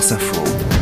France Info.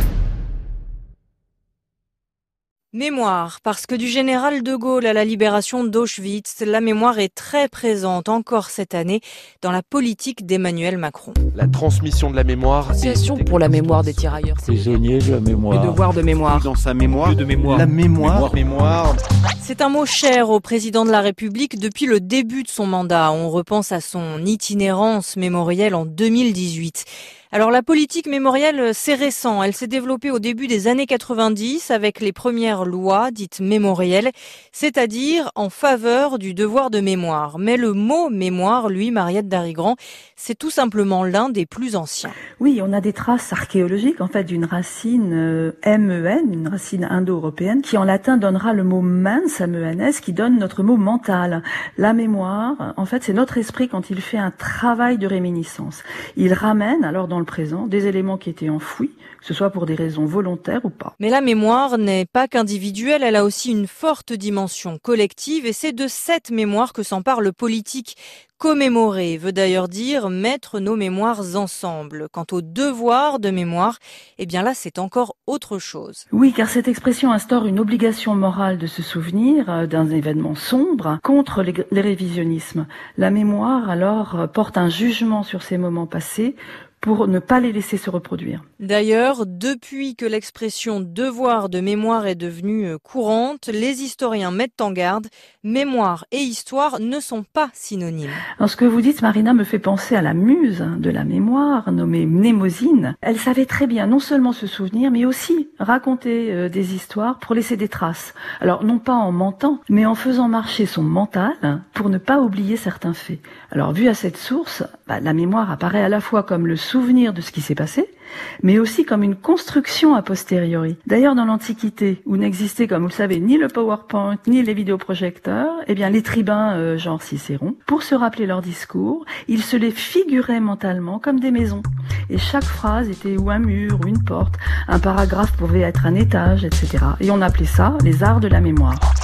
Mémoire, parce que du général de Gaulle à la libération d'Auschwitz, la mémoire est très présente encore cette année dans la politique d'Emmanuel Macron. La transmission de la mémoire. Association pour la mémoire des tirailleurs. Prisonniers de la mémoire. Le devoir de mémoire. Dans sa mémoire. De mémoire. La mémoire. C'est un mot cher au président de la République depuis le début de son mandat. On repense à son itinérance mémorielle en 2018. Alors la politique mémorielle, c'est récent. Elle s'est développée au début des années 90 avec les premières lois dites mémorielles, c'est-à-dire en faveur du devoir de mémoire. Mais le mot mémoire, lui, Mariette Darigrand, c'est tout simplement l'un des plus anciens. Oui, on a des traces archéologiques en fait d'une racine MEN, une racine indo-européenne, qui en latin donnera le mot mens, MENS, qui donne notre mot mental. La mémoire, en fait, c'est notre esprit quand il fait un travail de réminiscence. Il ramène, alors dans le présent, des éléments qui étaient enfouis, que ce soit pour des raisons volontaires ou pas. Mais la mémoire n'est pas qu'individuelle, elle a aussi une forte dimension collective et c'est de cette mémoire que s'empare le politique. Commémorer veut d'ailleurs dire mettre nos mémoires ensemble. Quant au devoir de mémoire, eh bien là c'est encore autre chose. Oui, car cette expression instaure une obligation morale de se souvenir d'un événement sombre contre les révisionnismes. La mémoire alors porte un jugement sur ces moments passés pour ne pas les laisser se reproduire. D'ailleurs, depuis que l'expression devoir de mémoire est devenue courante, les historiens mettent en garde, mémoire et histoire ne sont pas synonymes. Alors, ce que vous dites, Marina, me fait penser à la muse de la mémoire, nommée Mnémosyne. Elle savait très bien non seulement se souvenir, mais aussi raconter des histoires pour laisser des traces. Alors, non pas en mentant, mais en faisant marcher son mental pour ne pas oublier certains faits. Alors, vu à cette source, la mémoire apparaît à la fois comme le souvenir de ce qui s'est passé, mais aussi comme une construction a posteriori. D'ailleurs, dans l'Antiquité, où n'existait, comme vous le savez, ni le PowerPoint, ni les vidéoprojecteurs, eh bien, les tribuns, genre Cicéron, pour se rappeler leur discours, ils se les figuraient mentalement comme des maisons. Et chaque phrase était ou un mur, ou une porte, un paragraphe pouvait être un étage, etc. Et on appelait ça les arts de la mémoire.